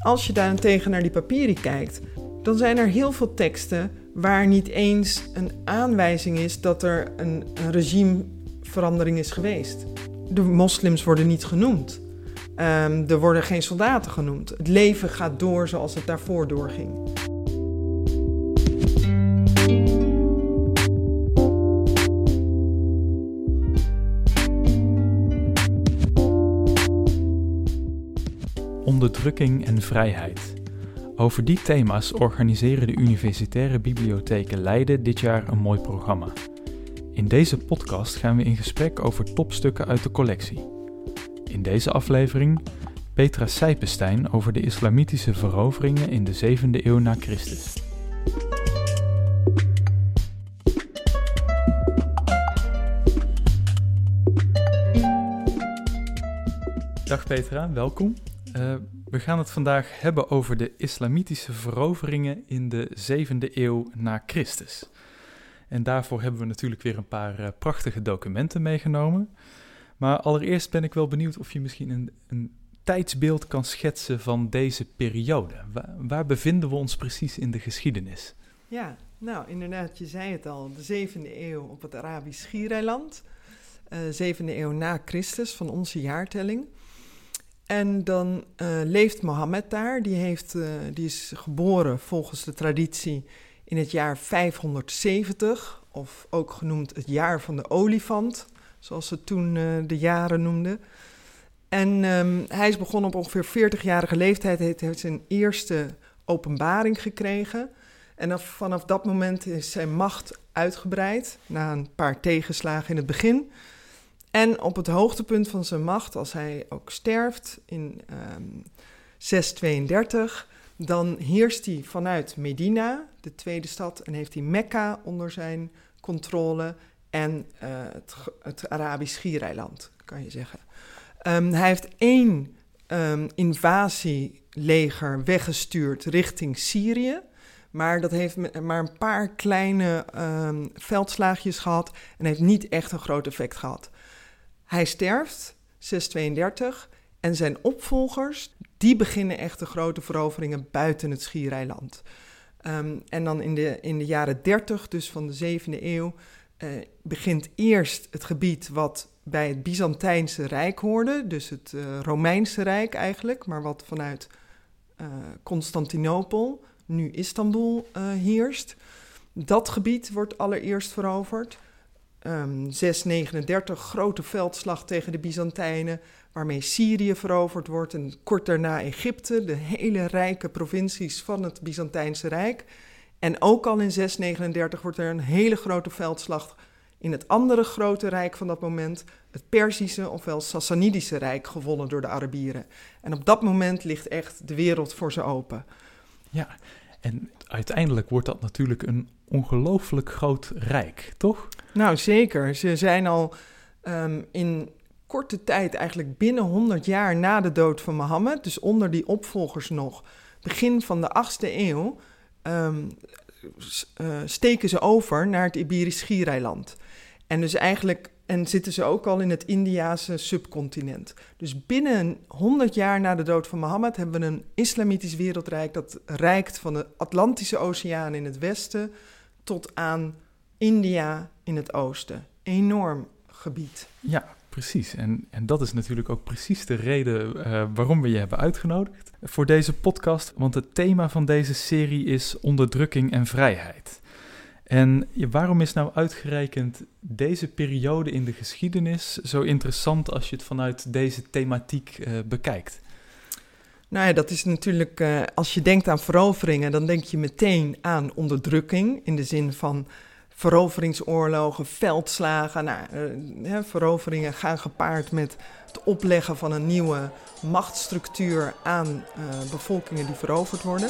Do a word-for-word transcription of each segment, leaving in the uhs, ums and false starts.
Als je daarentegen naar die papieren kijkt, dan zijn er heel veel teksten waar niet eens een aanwijzing is dat er een, een regimeverandering is geweest. De moslims worden niet genoemd. Um, er worden geen soldaten genoemd. Het leven gaat door zoals het daarvoor doorging. Onderdrukking en vrijheid. Over die thema's organiseren de Universitaire Bibliotheken Leiden dit jaar een mooi programma. In deze podcast gaan we in gesprek over topstukken uit de collectie. In deze aflevering Petra Sijpenstein over de islamitische veroveringen in de zevende eeuw na Christus. Dag Petra, welkom. Uh, we gaan het vandaag hebben over de islamitische veroveringen in de zevende eeuw na Christus. En daarvoor hebben we natuurlijk weer een paar uh, prachtige documenten meegenomen. Maar allereerst ben ik wel benieuwd of je misschien een, een tijdsbeeld kan schetsen van deze periode. Waar, waar bevinden we ons precies in de geschiedenis? Ja, nou inderdaad, je zei het al, de zevende eeuw op het Arabisch Schiereiland. Uh, zevende eeuw na Christus van onze jaartelling. En dan uh, leeft Mohammed daar, die, heeft, uh, die is geboren volgens de traditie in het jaar vijfhonderdzeventig, of ook genoemd het jaar van de olifant, zoals ze toen uh, de jaren noemden. En um, hij is begonnen op ongeveer veertigjarige leeftijd, hij heeft zijn eerste openbaring gekregen. En dan, vanaf dat moment is zijn macht uitgebreid, na een paar tegenslagen in het begin. En op het hoogtepunt van zijn macht, als hij ook sterft in um, zeshonderdtweeëndertig, dan heerst hij vanuit Medina, de tweede stad, en heeft hij Mekka onder zijn controle en uh, het, het Arabisch Schiereiland, kan je zeggen. Um, hij heeft één um, invasieleger weggestuurd richting Syrië, maar dat heeft maar een paar kleine um, veldslaagjes gehad en heeft niet echt een groot effect gehad. Hij sterft, zeshonderdtweeëndertig, en zijn opvolgers, die beginnen echt de grote veroveringen buiten het Schiereiland. Um, en dan in de, in de jaren dertig, dus van de zevende eeuw, uh, begint eerst het gebied wat bij het Byzantijnse Rijk hoorde, dus het uh, Romeinse Rijk eigenlijk, maar wat vanuit uh, Constantinopel, nu Istanbul, uh, heerst. Dat gebied wordt allereerst veroverd. Um, zeshonderdnegenendertig, grote veldslag tegen de Byzantijnen, waarmee Syrië veroverd wordt en kort daarna Egypte, de hele rijke provincies van het Byzantijnse Rijk. En ook al in zeshonderdnegenendertig wordt er een hele grote veldslag in het andere grote rijk van dat moment, het Perzische ofwel Sassanidische Rijk, gewonnen door de Arabieren. En op dat moment ligt echt de wereld voor ze open. Ja, en uiteindelijk wordt dat natuurlijk een ongelooflijk groot rijk, toch? Nou, zeker. Ze zijn al um, in korte tijd, eigenlijk binnen honderd jaar na de dood van Mohammed, dus onder die opvolgers nog, begin van de achtste eeuw, um, uh, steken ze over naar het Iberisch Schiereiland. En dus eigenlijk, en zitten ze ook al in het Indiase subcontinent. Dus binnen honderd jaar na de dood van Mohammed hebben we een islamitisch wereldrijk dat reikt van de Atlantische Oceaan in het westen tot aan India in het oosten. Enorm gebied. Ja, precies. En, en dat is natuurlijk ook precies de reden uh, waarom we je hebben uitgenodigd voor deze podcast. Want het thema van deze serie is onderdrukking en vrijheid. En ja, waarom is nou uitgerekend deze periode in de geschiedenis zo interessant als je het vanuit deze thematiek uh, bekijkt? Nou ja, dat is natuurlijk, uh, als je denkt aan veroveringen, dan denk je meteen aan onderdrukking in de zin van veroveringsoorlogen, veldslagen. Nou, uh, hè, veroveringen gaan gepaard met het opleggen van een nieuwe machtsstructuur aan uh, bevolkingen die veroverd worden.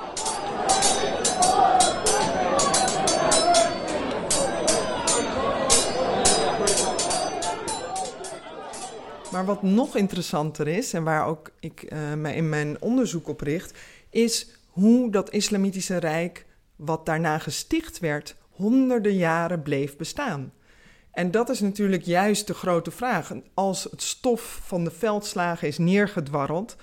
Maar wat nog interessanter is, en waar ook ik uh, mij in mijn onderzoek op richt, is hoe dat islamitische rijk, wat daarna gesticht werd, honderden jaren bleef bestaan. En dat is natuurlijk juist de grote vraag. Als het stof van de veldslagen is neergedwarreld,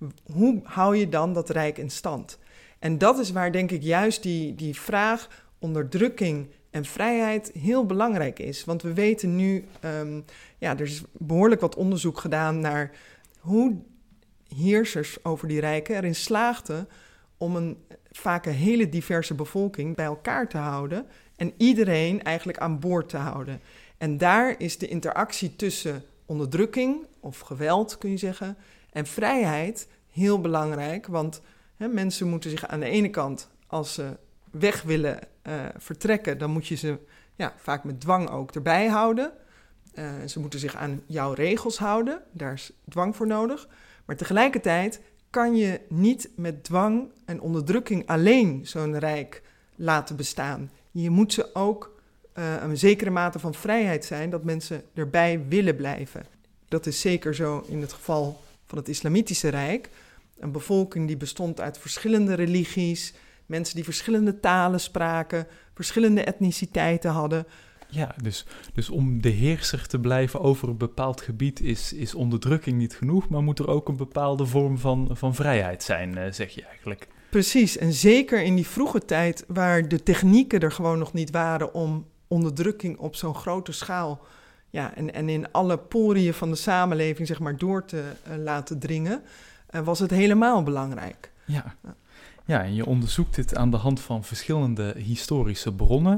hoe hou je dan dat rijk in stand? En dat is waar denk ik juist die, die vraag onderdrukking en vrijheid heel belangrijk is. Want we weten nu, um, ja, er is behoorlijk wat onderzoek gedaan naar hoe heersers over die rijken erin slaagden om een vaak een hele diverse bevolking bij elkaar te houden en iedereen eigenlijk aan boord te houden. En daar is de interactie tussen onderdrukking of geweld, kun je zeggen, en vrijheid heel belangrijk. Want hè, mensen moeten zich aan de ene kant, als ze weg willen uh, vertrekken, dan moet je ze ja, vaak met dwang ook erbij houden. Uh, ze moeten zich aan jouw regels houden, daar is dwang voor nodig. Maar tegelijkertijd kan je niet met dwang en onderdrukking alleen zo'n rijk laten bestaan. Je moet ze ook uh, een zekere mate van vrijheid zijn dat mensen erbij willen blijven. Dat is zeker zo in het geval van het Islamitische Rijk. Een bevolking die bestond uit verschillende religies, mensen die verschillende talen spraken, verschillende etniciteiten hadden. Ja, dus, dus om de heerser te blijven over een bepaald gebied is, is onderdrukking niet genoeg, maar moet er ook een bepaalde vorm van, van vrijheid zijn, uh, zeg je eigenlijk. Precies, en zeker in die vroege tijd waar de technieken er gewoon nog niet waren om onderdrukking op zo'n grote schaal ja, en, en in alle poriën van de samenleving zeg maar, door te uh, laten dringen, uh, was het helemaal belangrijk. Ja. ja, en je onderzoekt dit aan de hand van verschillende historische bronnen.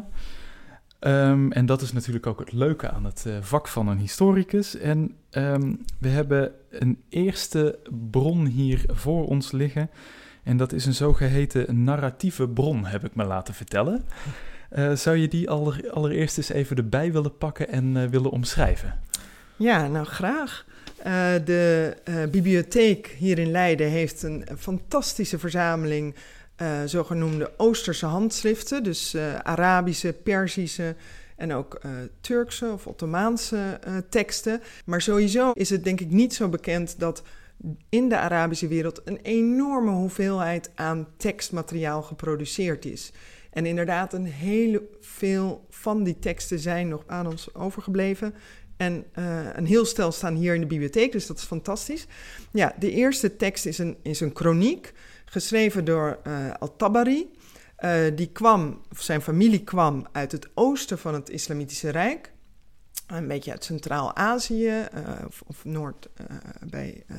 Um, en dat is natuurlijk ook het leuke aan het uh, vak van een historicus. En um, we hebben een eerste bron hier voor ons liggen. En dat is een zogeheten narratieve bron, heb ik me laten vertellen. Uh, zou je die aller, allereerst eens even erbij willen pakken en uh, willen omschrijven? Ja, nou graag. Uh, de uh, bibliotheek hier in Leiden heeft een, een fantastische verzameling Uh, zogenoemde Oosterse handschriften, dus uh, Arabische, Perzische en ook uh, Turkse of Ottomaanse uh, teksten. Maar sowieso is het denk ik niet zo bekend dat in de Arabische wereld een enorme hoeveelheid aan tekstmateriaal geproduceerd is. En inderdaad, een hele veel van die teksten zijn nog aan ons overgebleven. En uh, een heel stel staan hier in de bibliotheek, dus dat is fantastisch. Ja, de eerste tekst is een, is een kroniek, geschreven door uh, Al-Tabari. Uh, die kwam, of zijn familie kwam uit het oosten van het Islamitische Rijk. Een beetje uit Centraal-Azië uh, of, of Noord uh, bij uh,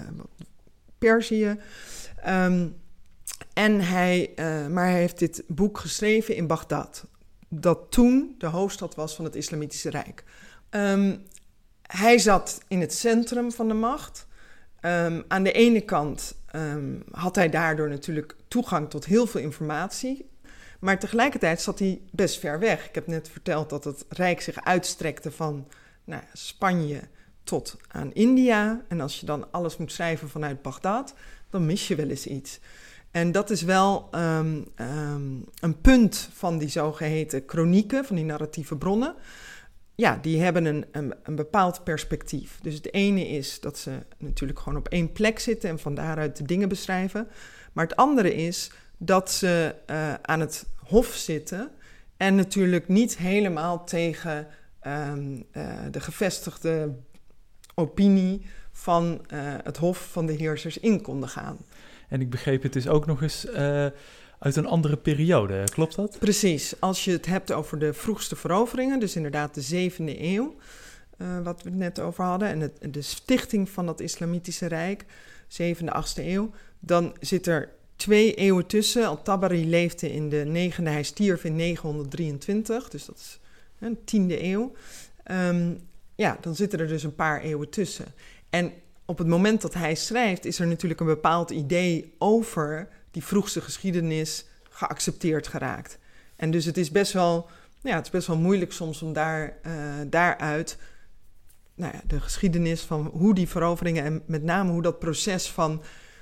Perzië. Um, en hij, uh, maar hij heeft dit boek geschreven in Bagdad, dat toen de hoofdstad was van het Islamitische Rijk. Um, hij zat in het centrum van de macht. Um, aan de ene kant um, had hij daardoor natuurlijk toegang tot heel veel informatie. Maar tegelijkertijd zat hij best ver weg. Ik heb net verteld dat het Rijk zich uitstrekte van nou, Spanje tot aan India. En als je dan alles moet schrijven vanuit Bagdad, dan mis je wel eens iets. En dat is wel um, um, een punt van die zogeheten kronieken, van die narratieve bronnen. Ja, die hebben een, een, een bepaald perspectief. Dus het ene is dat ze natuurlijk gewoon op één plek zitten en van daaruit de dingen beschrijven. Maar het andere is dat ze uh, aan het hof zitten en natuurlijk niet helemaal tegen um, uh, de gevestigde opinie van uh, het hof van de heersers in konden gaan. En ik begreep, het is ook nog eens uh, uit een andere periode, klopt dat? Precies. Als je het hebt over de vroegste veroveringen, dus inderdaad de zevende eeuw, uh, wat we het net over hadden, en het, de stichting van dat Islamitische Rijk, zevende, achtste eeuw, dan zit er twee eeuwen tussen. Al-Tabari leefde in de negende, hij stierf in negenhonderddrieëntwintig, dus dat is een tiende eeuw. Um, ja, dan zitten er dus een paar eeuwen tussen. En op het moment dat hij schrijft, is er natuurlijk een bepaald idee over die vroegste geschiedenis geaccepteerd geraakt. En dus het is best wel, ja, het is best wel moeilijk soms om daar, uh, daaruit nou ja, de geschiedenis van hoe die veroveringen en met name hoe dat proces van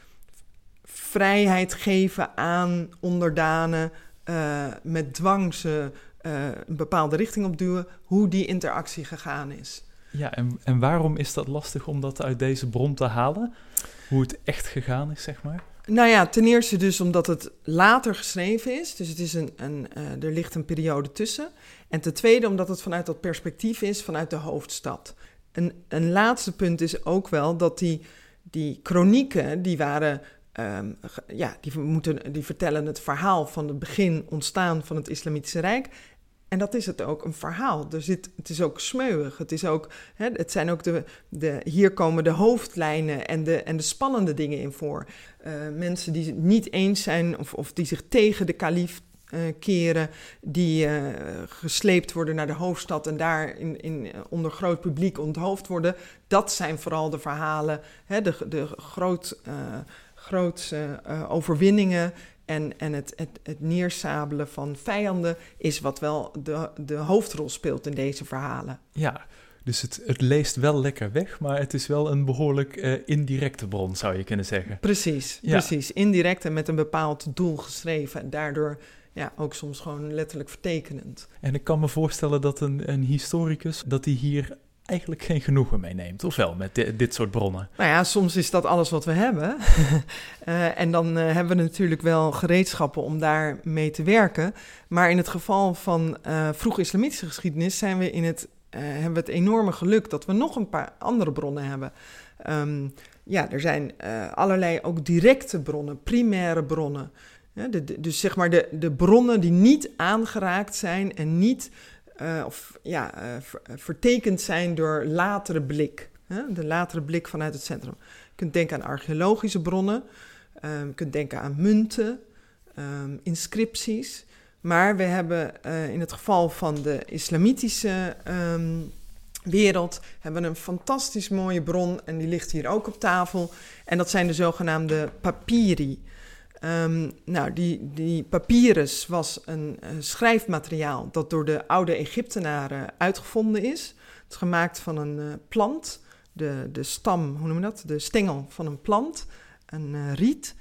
vrijheid geven aan onderdanen, uh, met dwang ze uh, een bepaalde richting opduwen, hoe die interactie gegaan is. Ja, en, en waarom is dat lastig om dat uit deze bron te halen? Hoe het echt gegaan is, zeg maar? Nou ja, ten eerste dus omdat het later geschreven is. Dus het is een, een, uh, er ligt een periode tussen. En ten tweede omdat het vanuit dat perspectief is, vanuit de hoofdstad. Een, een laatste punt is ook wel dat die die kronieken, die waren... Um, ja, die, moeten, die vertellen het verhaal van het begin ontstaan van het Islamitische Rijk. En dat is het ook, een verhaal. Er zit, het is ook smeuig. Het, is ook, hè, het zijn ook de, de... Hier komen de hoofdlijnen en de, en de spannende dingen in voor. Uh, mensen die het niet eens zijn of, of die zich tegen de kalief uh, keren... die uh, gesleept worden naar de hoofdstad en daar in, in, onder groot publiek onthoofd worden. Dat zijn vooral de verhalen, hè, de, de groot... Uh, grootse uh, overwinningen en, en het, het, het neersabelen van vijanden is wat wel de, de hoofdrol speelt in deze verhalen. Ja, dus het, het leest wel lekker weg, maar het is wel een behoorlijk uh, indirecte bron, zou je kunnen zeggen. Precies, ja. precies. Indirect en met een bepaald doel geschreven en daardoor ja, ook soms gewoon letterlijk vertekenend. En ik kan me voorstellen dat een, een historicus, dat hij hier... eigenlijk geen genoegen meeneemt, of wel, met di- dit soort bronnen? Nou ja, soms is dat alles wat we hebben. uh, en dan uh, hebben we natuurlijk wel gereedschappen om daar mee te werken. Maar in het geval van uh, vroege islamitische geschiedenis zijn we in het, uh, hebben we het enorme geluk dat we nog een paar andere bronnen hebben. Um, ja, er zijn uh, allerlei ook directe bronnen, primaire bronnen. Ja, de, de, dus zeg maar de, de bronnen die niet aangeraakt zijn en niet... Uh, of ja, uh, ver, vertekend zijn door latere blik. Hè? De latere blik vanuit het centrum. Je kunt denken aan archeologische bronnen. Um, je kunt denken aan munten, um, inscripties. Maar we hebben uh, in het geval van de islamitische um, wereld... hebben we een fantastisch mooie bron en die ligt hier ook op tafel. En dat zijn de zogenaamde papyri. Um, nou, die, die papyrus was een uh, schrijfmateriaal dat door de oude Egyptenaren uitgevonden is. Het is gemaakt van een uh, plant, de, de stam, hoe noem je dat? De stengel van een plant, een uh, riet.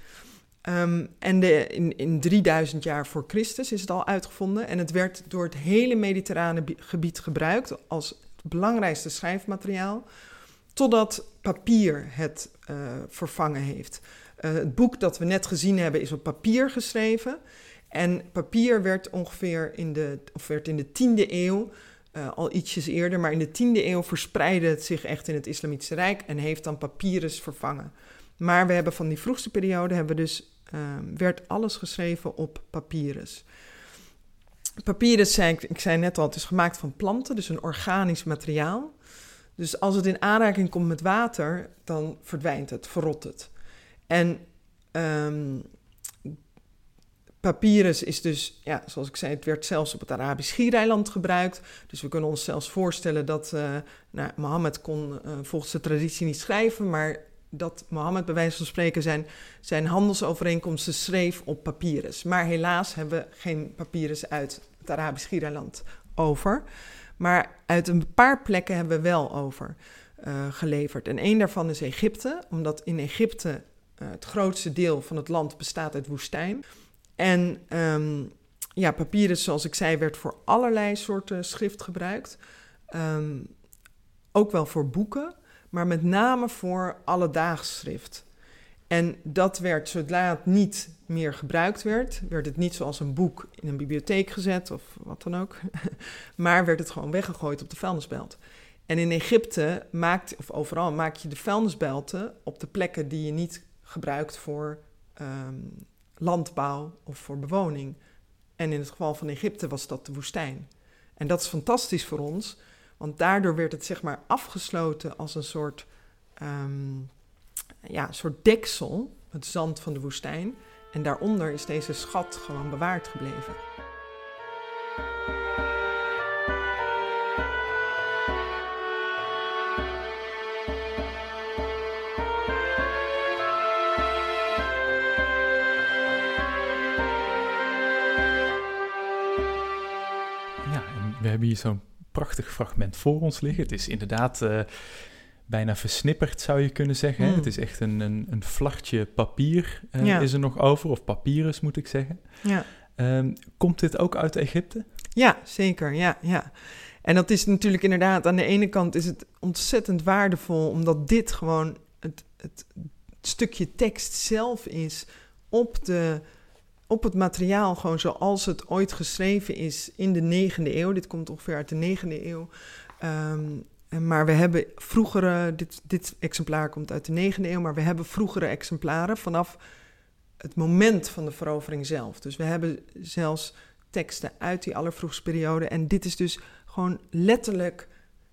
Um, en de, in, in drieduizend jaar voor Christus is het al uitgevonden. En het werd door het hele mediterrane gebied gebruikt als het belangrijkste schrijfmateriaal, totdat papier het uh, vervangen heeft. Uh, het boek dat we net gezien hebben is op papier geschreven. En papier werd ongeveer in de, of werd in de tiende eeuw, uh, al ietsjes eerder, maar in de tiende eeuw verspreidde het zich echt in het Islamitische Rijk en heeft dan papyrus vervangen. Maar we hebben van die vroegste periode, hebben we dus, uh, werd alles geschreven op papyrus. Papyrus, zei ik, ik zei net al, het is gemaakt van planten, dus een organisch materiaal. Dus als het in aanraking komt met water, dan verdwijnt het, verrot het. En um, papyrus is dus, ja, zoals ik zei, het werd zelfs op het Arabisch Schiereiland gebruikt. Dus we kunnen ons zelfs voorstellen dat uh, nou, Mohammed kon uh, volgens de traditie niet schrijven, maar dat Mohammed bij wijze van spreken zijn, zijn handelsovereenkomsten schreef op papyrus. Maar helaas hebben we geen papyrus uit het Arabisch Schiereiland over. Maar uit een paar plekken hebben we wel over uh, geleverd. En één daarvan is Egypte, omdat in Egypte uh, het grootste deel van het land bestaat uit woestijn. En um, ja, papyrus, zoals ik zei, werd voor allerlei soorten schrift gebruikt. Um, ook wel voor boeken, maar met name voor alledaags schrift. En dat werd, zodra het niet meer gebruikt werd, werd het niet zoals een boek in een bibliotheek gezet of wat dan ook, maar werd het gewoon weggegooid op de vuilnisbelt. En in Egypte maakt, of overal maak je de vuilnisbelten op de plekken die je niet gebruikt voor um, landbouw of voor bewoning. En in het geval van Egypte was dat de woestijn. En dat is fantastisch voor ons, want daardoor werd het zeg maar afgesloten als een soort, um, ja, een soort deksel, het zand van de woestijn. En daaronder is deze schat gewoon bewaard gebleven. We hebben hier zo'n prachtig fragment voor ons liggen. Het is inderdaad uh, bijna versnipperd, zou je kunnen zeggen. Mm. Het is echt een, een, een vlachtje papier uh, ja. is er nog over, of papyrus moet ik zeggen. Ja. Um, komt dit ook uit Egypte? Ja, zeker. Ja, ja. En dat is natuurlijk inderdaad, aan de ene kant is het ontzettend waardevol, omdat dit gewoon het, het stukje tekst zelf is op de... op het materiaal, gewoon zoals het ooit geschreven is in de negende eeuw. Dit komt ongeveer uit de negende eeuw. Um, maar we hebben vroegere, dit, dit exemplaar komt uit de negende eeuw, maar we hebben vroegere exemplaren vanaf het moment van de verovering zelf. Dus we hebben zelfs teksten uit die allervroegste periode. En dit is dus gewoon letterlijk,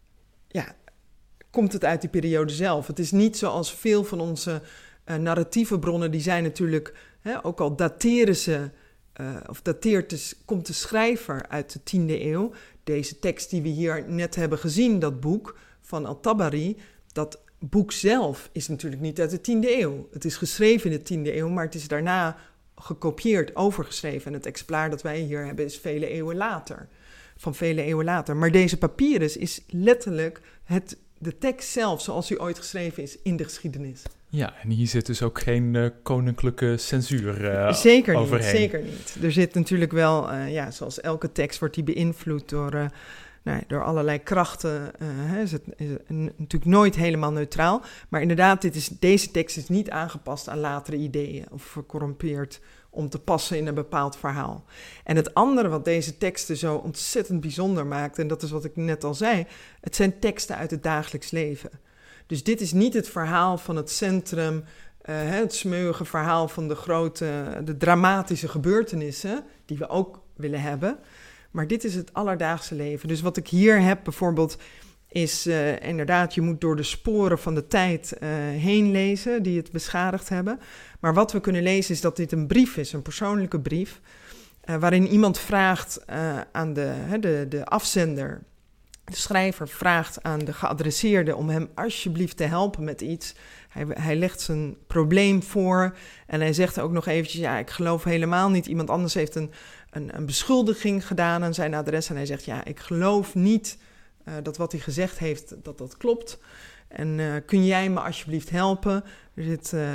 ja, komt het uit die periode zelf. Het is niet zoals veel van onze uh, narratieve bronnen, die zijn natuurlijk, hè, ook al dateren ze, uh, of dateert de, komt de schrijver uit de tiende eeuw. Deze tekst die we hier net hebben gezien, dat boek van Al-Tabari, dat boek zelf is natuurlijk niet uit de tiende eeuw. Het is geschreven in de tiende eeuw, maar het is daarna gekopieerd, overgeschreven. En het exemplaar dat wij hier hebben is vele eeuwen later. Van vele eeuwen later. Maar deze papyrus is letterlijk het, de tekst zelf, zoals die ooit geschreven is in de geschiedenis. Ja, en hier zit dus ook geen uh, koninklijke censuur uh, zeker overheen. Niet, zeker niet. Er zit natuurlijk wel, uh, ja, zoals elke tekst wordt die beïnvloed door, uh, nou, door allerlei krachten. Uh, hè, is het, is het natuurlijk nooit helemaal neutraal. Maar inderdaad, dit is, deze tekst is niet aangepast aan latere ideeën of vercorrumpeerd om te passen in een bepaald verhaal. En het andere wat deze teksten zo ontzettend bijzonder maakt, en dat is wat ik net al zei, het zijn teksten uit het dagelijks leven. Dus dit is niet het verhaal van het centrum, uh, het smeuïge verhaal van de grote, de dramatische gebeurtenissen, die we ook willen hebben. Maar dit is het alledaagse leven. Dus wat ik hier heb bijvoorbeeld is uh, inderdaad, je moet door de sporen van de tijd uh, heen lezen die het beschadigd hebben. Maar wat we kunnen lezen is dat dit een brief is, een persoonlijke brief, uh, waarin iemand vraagt uh, aan de, hè, de, de afzender, de schrijver vraagt aan de geadresseerde om hem alsjeblieft te helpen met iets. Hij, hij legt zijn probleem voor en hij zegt ook nog eventjes, ja, ik geloof helemaal niet. Iemand anders heeft een, een, een beschuldiging gedaan aan zijn adres en hij zegt, ja, ik geloof niet uh, dat wat hij gezegd heeft, dat dat klopt. En uh, kun jij me alsjeblieft helpen? Er zit uh,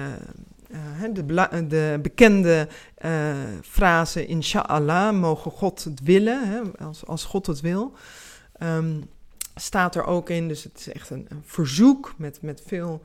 uh, de, bela- de bekende uh, frase, inshallah, mogen God het willen, hè, als, als God het wil. Um, staat er ook in, dus het is echt een, een verzoek met, met veel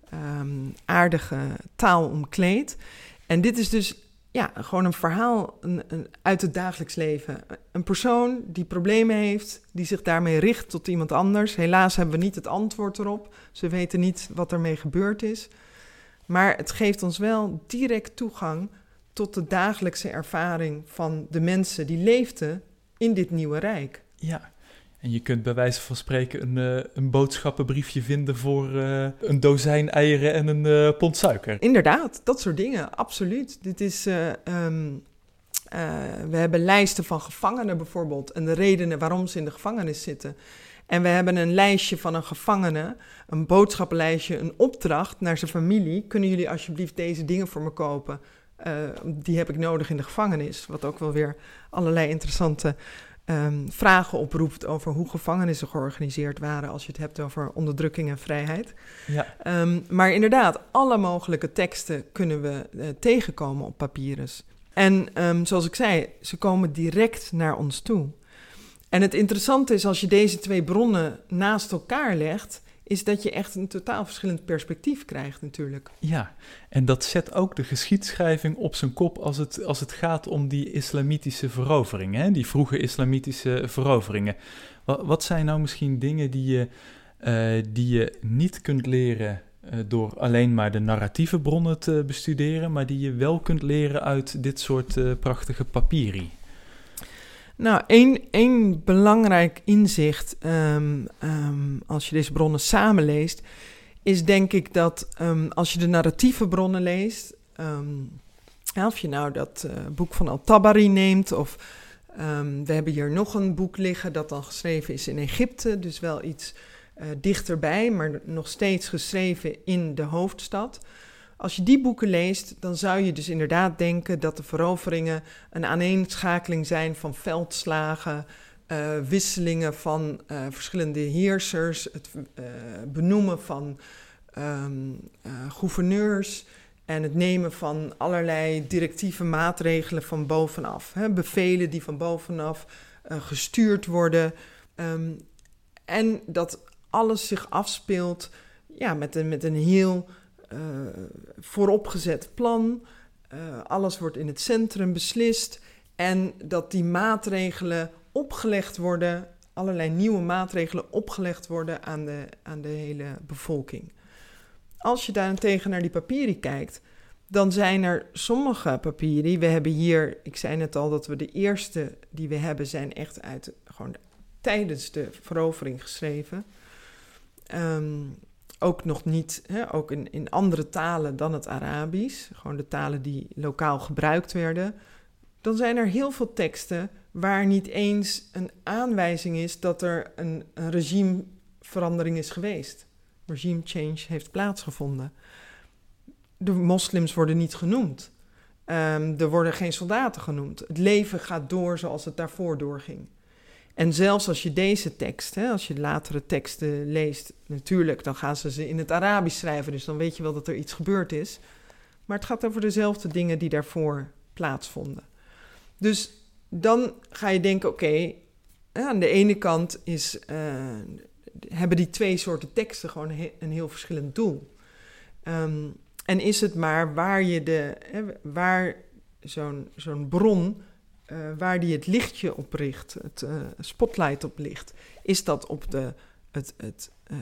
um, aardige taal omkleed. En dit is dus ja, gewoon een verhaal een, een, uit het dagelijks leven. Een persoon die problemen heeft, die zich daarmee richt tot iemand anders. Helaas hebben we niet het antwoord erop. Ze weten niet wat ermee gebeurd is. Maar het geeft ons wel direct toegang tot de dagelijkse ervaring van de mensen die leefden in dit nieuwe rijk. Ja. En je kunt bij wijze van spreken een, uh, een boodschappenbriefje vinden voor uh, een dozijn eieren en een uh, pond suiker. Inderdaad, dat soort dingen, absoluut. Dit is, uh, um, uh, we hebben lijsten van gevangenen bijvoorbeeld en de redenen waarom ze in de gevangenis zitten. En we hebben een lijstje van een gevangene, een boodschappenlijstje, een opdracht naar zijn familie. Kunnen jullie alsjeblieft deze dingen voor me kopen? Uh, die heb ik nodig in de gevangenis. Wat ook wel weer allerlei interessante Um, vragen oproept over hoe gevangenissen georganiseerd waren als je het hebt over onderdrukking en vrijheid. Ja. Um, maar inderdaad, alle mogelijke teksten kunnen we uh, tegenkomen op papyrus. En um, zoals ik zei, ze komen direct naar ons toe. En het interessante is, als je deze twee bronnen naast elkaar legt, is dat je echt een totaal verschillend perspectief krijgt natuurlijk. Ja, en dat zet ook de geschiedschrijving op zijn kop als het, als het gaat om die islamitische veroveringen, hè? Die vroege islamitische veroveringen. Wat, wat zijn nou misschien dingen die je, uh, die je niet kunt leren uh, door alleen maar de narratieve bronnen te bestuderen, maar die je wel kunt leren uit dit soort uh, prachtige papyri? Nou, één, één belangrijk inzicht, um, um, als je deze bronnen samenleest, is denk ik dat um, als je de narratieve bronnen leest, um, of je nou dat uh, boek van Al-Tabari neemt, of um, we hebben hier nog een boek liggen dat dan geschreven is in Egypte, dus wel iets uh, dichterbij, maar nog steeds geschreven in de hoofdstad. Als je die boeken leest, dan zou je dus inderdaad denken dat de veroveringen een aaneenschakeling zijn van veldslagen, uh, wisselingen van uh, verschillende heersers, het uh, benoemen van um, uh, gouverneurs en het nemen van allerlei directieve maatregelen van bovenaf. Hè, bevelen die van bovenaf uh, gestuurd worden. Um, en dat alles zich afspeelt ja, met, een, met een heel Uh, vooropgezet plan, uh, alles wordt in het centrum beslist en dat die maatregelen opgelegd worden allerlei nieuwe maatregelen opgelegd worden aan de, aan de hele bevolking. Als je daarentegen naar die papieren kijkt, dan zijn er sommige papieren. We hebben hier, ik zei net al dat we de eerste die we hebben zijn echt uit gewoon tijdens de verovering geschreven. Um, ook nog niet, hè, ook in, in andere talen dan het Arabisch, gewoon de talen die lokaal gebruikt werden. Dan zijn er heel veel teksten waar niet eens een aanwijzing is dat er een, een regimeverandering is geweest. Regime change heeft plaatsgevonden. De moslims worden niet genoemd. Um, er worden geen soldaten genoemd. Het leven gaat door zoals het daarvoor doorging. En zelfs als je deze tekst, hè, als je latere teksten leest, natuurlijk, dan gaan ze ze in het Arabisch schrijven, dus dan weet je wel dat er iets gebeurd is. Maar het gaat over dezelfde dingen die daarvoor plaatsvonden. Dus dan ga je denken, oké, okay, aan de ene kant is, uh, hebben die twee soorten teksten gewoon he- een heel verschillend doel. Um, en is het maar waar je de, hè, waar zo'n, zo'n bron, uh, waar die het lichtje op richt, het uh, spotlight op licht, is dat op de, het, het uh,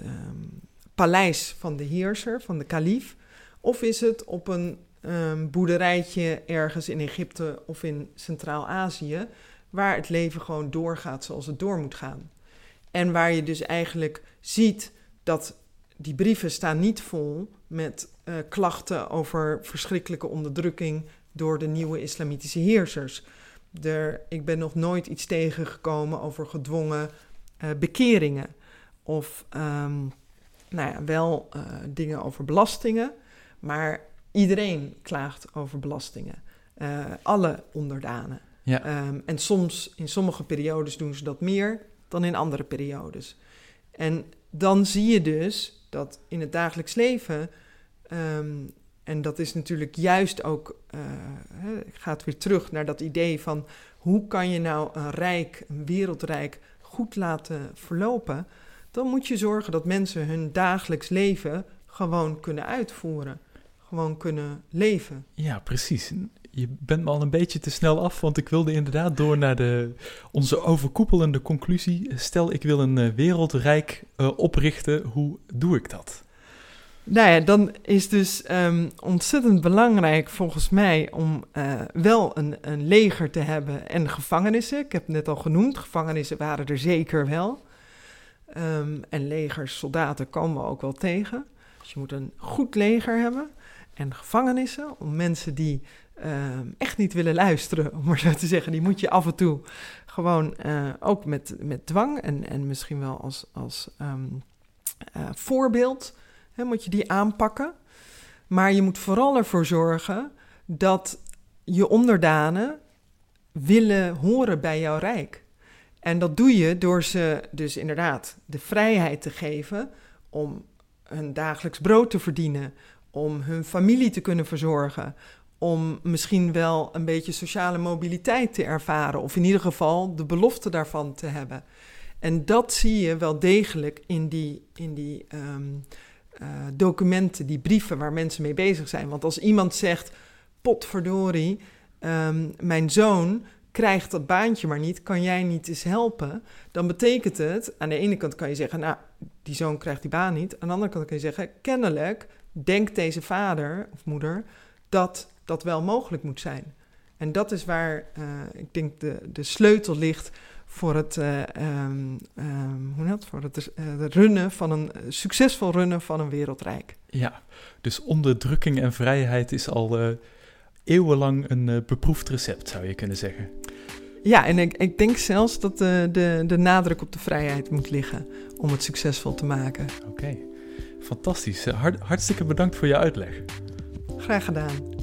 paleis van de heerser, van de kalief, of is het op een um, boerderijtje ergens in Egypte of in Centraal-Azië, waar het leven gewoon doorgaat zoals het door moet gaan. En waar je dus eigenlijk ziet dat die brieven staan niet vol met uh, klachten over verschrikkelijke onderdrukking door de nieuwe islamitische heersers. Er, ik ben nog nooit iets tegengekomen over gedwongen uh, bekeringen. Of um, nou ja, wel uh, dingen over belastingen, maar iedereen klaagt over belastingen. Uh, alle onderdanen. Ja. Um, en soms, in sommige periodes doen ze dat meer dan in andere periodes. En dan zie je dus dat in het dagelijks leven, um, en dat is natuurlijk juist ook, uh, gaat weer terug naar dat idee van hoe kan je nou een rijk, een wereldrijk goed laten verlopen, dan moet je zorgen dat mensen hun dagelijks leven gewoon kunnen uitvoeren, gewoon kunnen leven. Ja, precies. Je bent me al een beetje te snel af, want ik wilde inderdaad door naar de, onze overkoepelende conclusie. Stel, ik wil een uh, wereldrijk uh, oprichten, hoe doe ik dat? Nou ja, dan is dus um, ontzettend belangrijk volgens mij om uh, wel een, een leger te hebben en gevangenissen. Ik heb het net al genoemd, gevangenissen waren er zeker wel. Um, en legers, soldaten komen we ook wel tegen. Dus je moet een goed leger hebben en gevangenissen om mensen die Uh, echt niet willen luisteren, om maar zo te zeggen. Die moet je af en toe gewoon uh, ook met, met dwang en, en misschien wel als, als um, uh, voorbeeld hè, moet je die aanpakken. Maar je moet vooral ervoor zorgen dat je onderdanen willen horen bij jouw rijk. En dat doe je door ze dus inderdaad de vrijheid te geven om hun dagelijks brood te verdienen, om hun familie te kunnen verzorgen, om misschien wel een beetje sociale mobiliteit te ervaren, of in ieder geval de belofte daarvan te hebben. En dat zie je wel degelijk in die, in die um, uh, documenten, die brieven waar mensen mee bezig zijn. Want als iemand zegt, potverdorie, um, mijn zoon krijgt dat baantje maar niet, kan jij niet eens helpen? Dan betekent het, aan de ene kant kan je zeggen, nou, die zoon krijgt die baan niet. Aan de andere kant kan je zeggen, kennelijk denkt deze vader of moeder dat dat wel mogelijk moet zijn. En dat is waar, uh, ik denk, de, de sleutel ligt voor het, uh, um, um, hoe heet, voor het uh, runnen van een uh, succesvol runnen van een wereldrijk. Ja, dus onderdrukking en vrijheid is al uh, eeuwenlang een uh, beproefd recept, zou je kunnen zeggen. Ja, en ik, ik denk zelfs dat de, de, de nadruk op de vrijheid moet liggen om het succesvol te maken. Oké, okay. Fantastisch. Hart, hartstikke bedankt voor je uitleg. Graag gedaan.